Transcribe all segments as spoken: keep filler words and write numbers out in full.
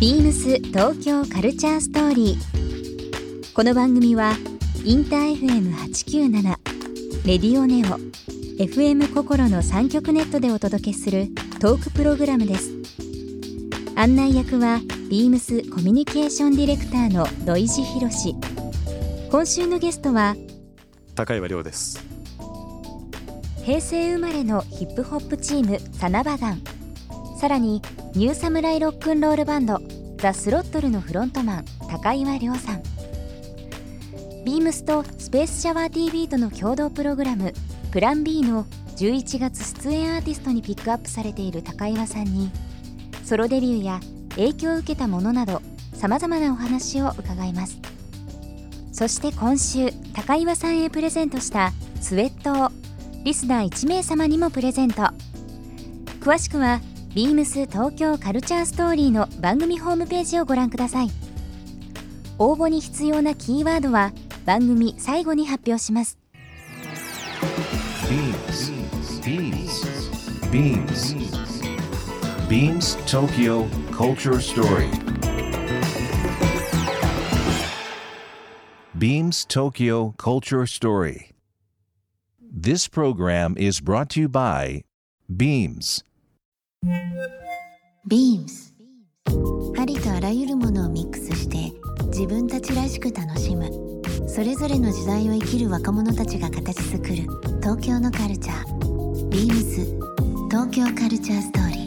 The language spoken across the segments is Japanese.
ビームス東京カルチャーストーリー。この番組はインター エフエムはちきゅうなな、レディオネオ、エフエム 心のさん局ネットでお届けするトークプログラムです。案内役はビームスコミュニケーションディレクターの土井博志。今週のゲストは高岩亮です。 平成生まれのヒップホップチームサナバガン、さらにニューサムライロックンロールバンドザ・スロットルのフロントマン高岩亮さん。ビームスとスペースシャワー ティーブイ との共同プログラムプラン B のじゅういちがつ出演アーティストにピックアップされている高岩さんに、ソロデビューや影響を受けたものなどさまざまなお話を伺います。そして今週高岩さんへプレゼントしたスウェットをリスナーいち名様にもプレゼント。詳しくはビームス東京カルチャーストーリーの番組ホームページをご覧ください。応募に必要なキーワードは番組最後に発表します。 ビームス ビームス ビームス ビームス Tokyo Culture Story Beams Tokyo Culture Story. This program is brought to you by Beams. Beams ありとあらゆるものをミックスして自分たちらしく楽しむ、それぞれの時代を生きる若者たちが形作る東京のカルチャー。 Beams 東京カルチャーストーリー。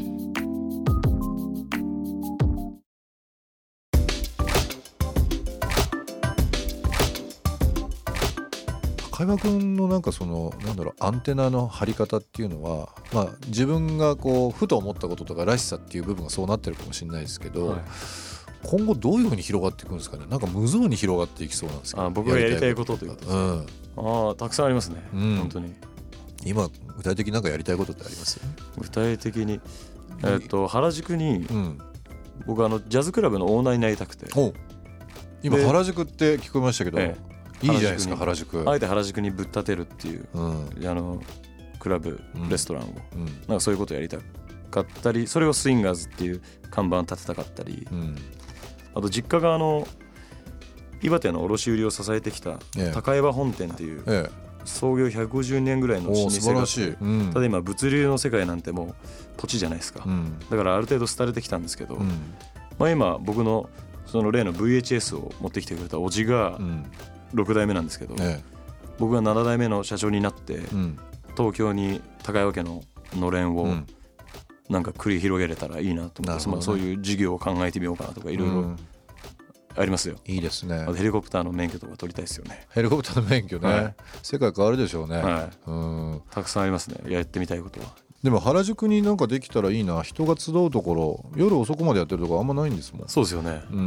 高岩君のなんかそのなんだろうアンテナの張り方っていうのは、まあ、自分がこうふと思ったこととからしさっていう部分がそうなってるかもしれないですけど、はい、今後どういうふうに広がっていくんですかね。なんか無造に広がっていきそうなんですけど。 あ、僕がやりたいことということですか。うん、ああ、たくさんありますね、うん、本当に。今具体的になんかやりたいことってあります？ 具体的に、えー、と原宿に、うん、僕あのジャズクラブのオーナーになりたくて。 今原宿って聞こえましたけど、ええいいじゃないですか。原宿あえて原宿にぶっ立てるっていう、うん、あのクラブ、うん、レストランを、うん、なんかそういうことをやりたかったり、それをスインガーズっていう看板立てたかったり、うん、あと実家があの岩手の卸売りを支えてきた高岩本店っていう、ええ、創業ひゃくごじゅうねんぐらいの老舗が、素晴らしい、うん、ただ今物流の世界なんてもう土地じゃないですか、うん、だからある程度廃れてきたんですけど、うん、まあ、今僕のその例の ブイエイチエス を持ってきてくれたおじが、うん、ろく代目なんですけど、ええ、僕がなな代目の社長になって、うん、東京に高岩家ののれんをなんか繰り広げれたらいいなと思って、うん、まあ、そういう事業を考えてみようかなとかいろいろありますよ、 うん、いいですね。 あとヘリコプターの免許とか取りたいですよね。 ヘリコプターの免許ね、はい、世界変わるでしょうね、はい、うん、 たくさんありますね、やってみたいことは。 でも原宿になんかできたらいいな。人が集うところ、夜遅くまでやってるところあんまないんですもん。 そうですよね。 うん、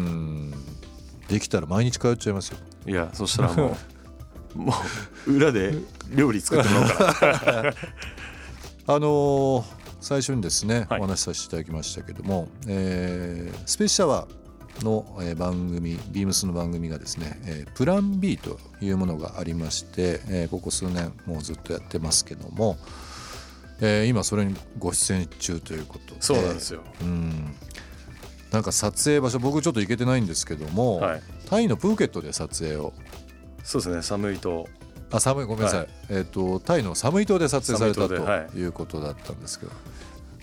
できたら毎日通っちゃいますよ。 いや、そしたらもうもう裏で料理作ってもらおうかなあのー、最初にですね、はい、お話しさせていただきましたけども、えー、スペースシャワーの、えー、番組、ビームスの番組がですね、えー、プラン B というものがありまして、えー、ここ数年もうずっとやってますけども、えー、今それにご出演中ということで。 そうなんですよ、 うん、なんか撮影場所僕ちょっと行けてないんですけども、はい、タイのプーケットで撮影を。 そうですね、サムイ島。 あ、寒い、ごめんなさい、はい、えーと、タイのサムイ島で撮影されたということだったんですけど、はい、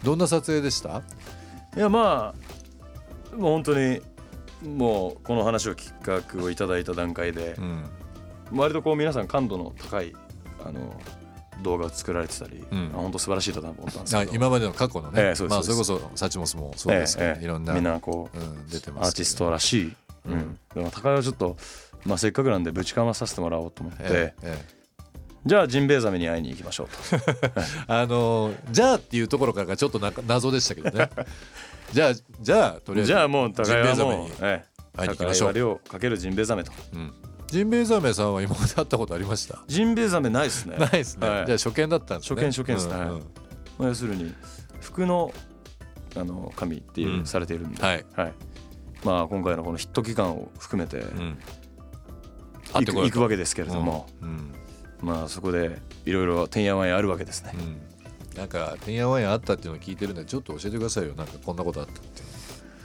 どんな撮影でした？ いや、まあもう本当にもうこの話をきっかけをいただいた段階で、うん、割とこう皆さん感度の高いあの動画を作られてたり、うん、本当素晴らしいだなと思ったんですけど、 今までの過去のね、えー、そうです、まあ、それこそサチモスもそうですけど、えーえー、いろんなみんなこう、うん、出てます、アーティストらしい、うんうん、でも高岩はちょっと、まあ、せっかくなんでぶちかまさせてもらおうと思って、えーえー、じゃあジンベエザメに会いに行きましょうとあのじゃあっていうところからがちょっとなんか謎でしたけどねじゃあじゃあとりあえずじゃあもう高岩はもう会いに行きましょう。 高岩亮かけるジンベエザメと、うん、 ジンベエザメさんは今まで会ったことありました？ ジンベエザメないですね。 ないですね、はい、じゃあ初見だったんですね。 初見初見です、うんうん、はい、まあ、要するに服のあの神っていう、うん、されているんで、はいはい、まあ、今回のこのヒット期間を含めて、うん、行く、行くわけですけれども、うんうん、まあそこでいろいろてんやわんやあるわけですね、うん、 なんかてんやわんやあったっていうのを聞いてるんでちょっと教えてくださいよ。なんかこんなことあったって。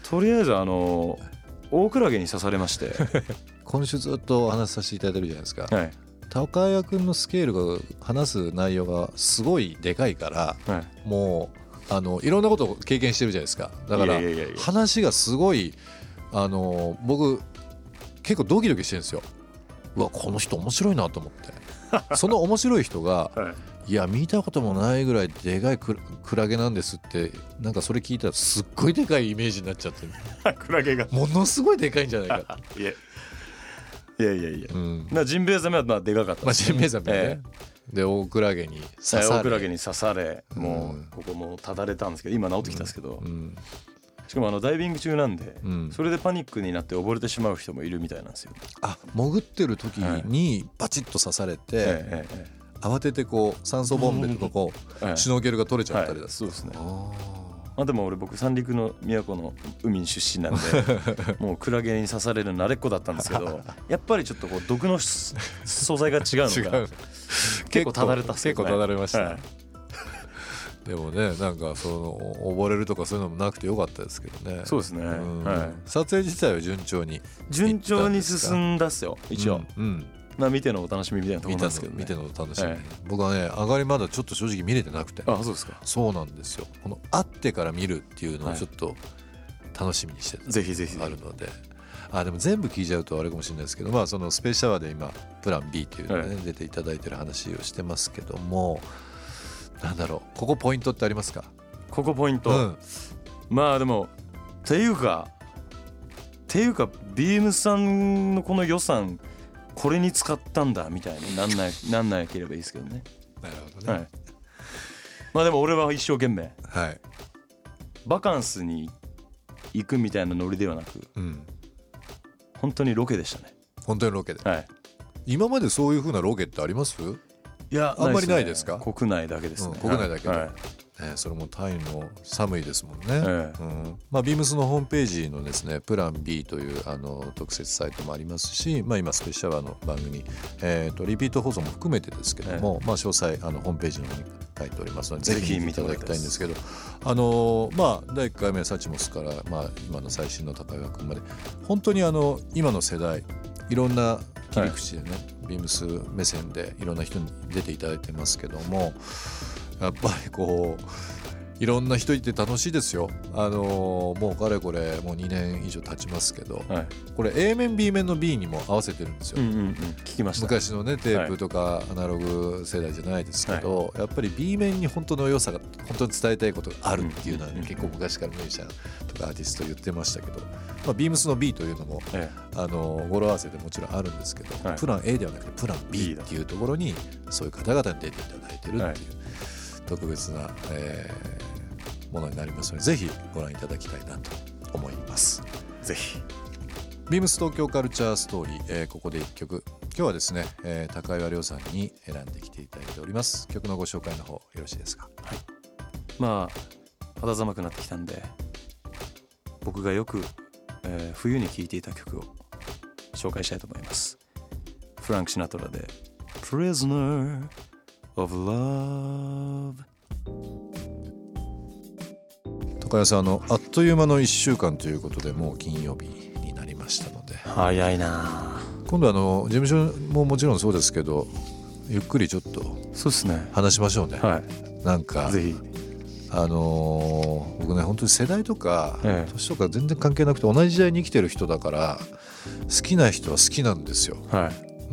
とりあえずあの大クラゲに刺されまして今週ずっとお話しさせていただいてるじゃないですか、 はい、 高谷君のスケールが話す内容がすごいでかいから、はい、もうあのいろんなことを経験してるじゃないですか。だから話がすごいあの僕結構ドキドキしてるんですよ。うわこの人面白いなと思ってその面白い人が、はい、いや見たこともないぐらいでかいクラゲなんですって、なんかそれ聞いたらすっごいでかいイメージになっちゃってクラゲがものすごいでかいんじゃないかいやいやいやいや、うん、まあジンベエザメはまあでかかったです、 ね、まあ、ジンベエザメね、えー、で大クラゲに刺され、 大クラゲに刺され、もうここもうただれたんですけど今治ってきたんですけど、うんうん、しかもあのダイビング中なんで、うん、それでパニックになって溺れてしまう人もいるみたいなんですよ。 あ、潜ってる時にバチッと刺されて、はい、ええええ、慌ててこう酸素ボンベとかこう、はい、シュノーケルが取れちゃったりだ、はい、 そうですね。まあ、でも俺僕三陸の都の海出身なんでもうクラゲに刺される慣れっこだったんですけどやっぱりちょっとこう毒の素材が違うのか結構ただれたっすね。 結構ただれました、はい、でもね、なんかその溺れるとかそういうのもなくてよかったですけどね。 そうですね、はい、 撮影自体は順調に順調に進んだっすよ一応、うん、うん、まあ、見てのお楽しみみたいなところなんですけどね。 見てのお楽しみ、はい、僕はね上がりまだちょっと正直見れてなくて。 あ、そうですか。 そうなんですよ。この会ってから見るっていうのをちょっと楽しみにしてた、はい、 ぜひぜひあるので、あでも全部聞いちゃうとあれかもしれないですけど、まあそのスペースシャワーで今プラン B っていうのね、はい、出ていただいてる話をしてますけども、なんだろう、ここポイントってありますか？ ここポイント、うん、まあでもっていうかっていうかビームさんのこの予算これに使ったんだみたいになんないなんなければいいですけどね。 なるほどね、はい、 まあでも俺は一生懸命、 はい、 バカンスに行くみたいなノリではなく、うん、本当にロケでしたね。 本当にロケで、 はい、 今までそういう風なロケってあります？ いやあんまりないですか？ 国内だけですね、 うん、国内だけで、はいはい、ね、それもタイの寒いですもんね、ええ、うん、まあ、ビームスのホームページのですねプラン B というあの特設サイトもありますし、まあ、今スペシャルの番組、えー、とリピート放送も含めてですけども、ええ、まあ、詳細あのホームページの方に書いておりますのでぜひ見ていただきたいんですけど、あのまあだいいっかいめサチモスから、まあ、今の最新の高岩君まで本当にあの今の世代いろんな切り口でね、はい、ビームス目線でいろんな人に出ていただいてますけども、やっぱりこういろんな人いて楽しいですよ。あのー、もうかれこれもうにねん以上経ちますけど、はい、これ A 面 B 面の B にも合わせてるんですよ、 うんうんうん、聞きました。 昔のねテープとかアナログ世代じゃないですけど、はい、やっぱり B 面に本当の良さが本当に伝えたいことがあるっていうのは、ね、うんうんうん、結構昔からミュージシャンとかアーティスト言ってましたけど、まあ、ビームスの B というのも、ええ、あの語呂合わせでもちろんあるんですけど、はい、プラン A ではなくてプラン B っていうところにそういう方々に出ていただいてるっていう、はい、特別な、えーものになりますのでぜひご覧いただきたいなと思います。 ぜひビームス東京カルチャーストーリー、えー、ここでいっきょく、今日はですね、えー、高岩亮さんに選んできていただいております。曲のご紹介の方よろしいですか？ はい、まあ肌寒くなってきたんで僕がよく、えー、冬に聴いていた曲を紹介したいと思います。フランク・シナトラで Prisoner of Love。 高谷さん、あのあっという間のいっしゅうかんということでもう金曜日になりましたので早いな。 今度あの事務所ももちろんそうですけどゆっくりちょっとそうですね話しましょうね。 はい、 なんかぜひあのー、僕ね本当に世代とか、ええ、年とか全然関係なくて同じ時代に生きてる人だから好きな人は好きなんですよ。 はい、 うん、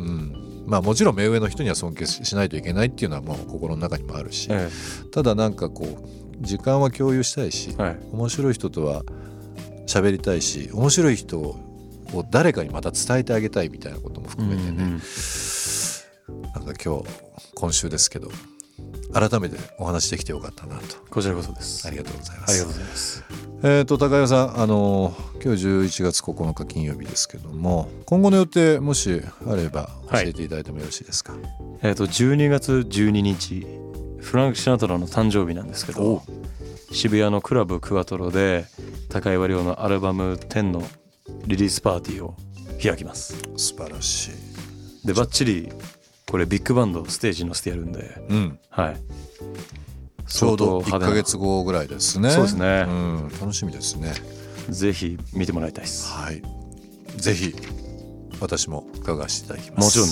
まあもちろん目上の人には尊敬しないといけないっていうのはもう心の中にもあるし、ええ、ただなんかこう時間は共有したいし、はい、面白い人とは喋りたいし面白い人を誰かにまた伝えてあげたいみたいなことも含めてね、うんうん、なんか今日今週ですけど改めてお話できてよかったなと。 こちらこそです。 ありがとうございます。 ありがとうございます。 えーと高岩さん、あの今日じゅういちがつここのか金曜日ですけども今後の予定もしあれば教えていただいてもよろしいですか？はい、 えーとじゅうにがつじゅうににちフランク・シナトラの誕生日なんですけど渋谷のクラブクワトロで高岩亮のアルバムじゅうのリリースパーティーを開きます。 素晴らしい。 でバッチリこれビッグバンドステージに乗せてやるんで、 うん、 はい、 ちょうどいっかげつごぐらいですね。 そうですね、 うん、楽しみですね。 ぜひ見てもらいたいです。 はい、ぜひ私も伺わせていただきます。 もちろんです。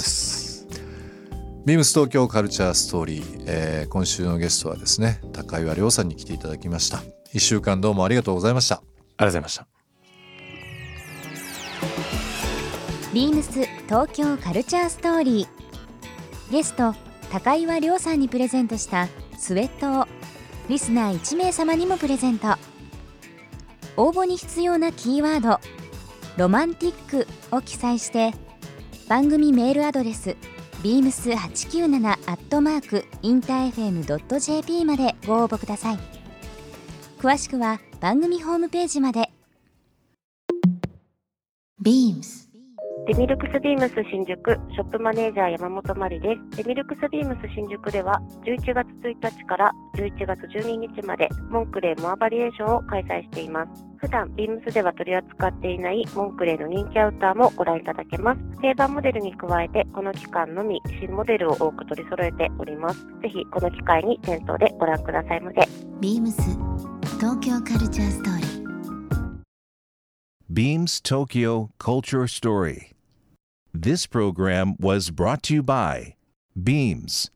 ビームス東京カルチャーストーリー、えー、今週のゲストはですね、高岩亮さんに来ていただきました。いっしゅうかんどうもありがとうございました。 ありがとうございました。 ビームス東京カルチャーストーリー、ゲスト高岩亮さんにプレゼントしたスウェットをリスナーいちめい様にもプレゼント。応募に必要なキーワードロマンティックを記載して番組メールアドレス ビームスはちきゅうなな アットマーク インターエフエム ドット ジェーピー までご応募ください。詳しくは番組ホームページまで。 ビームスデミルクスビームス新宿ショップマネージャー山本真理です。デミルクスビームス新宿ではじゅういちがつついたちからじゅういちがつじゅうににちまでモンクレーモアバリエーションを開催しています。普段ビームスでは取り扱っていないモンクレーの人気アウターもご覧いただけます。定番モデルに加えてこの期間のみ新モデルを多く取り揃えております。ぜひこの機会に店頭でご覧くださいませ。 ビームス東京カルチャーストーリー Beams Tokyo Culture Story. This program was brought to you by Beams.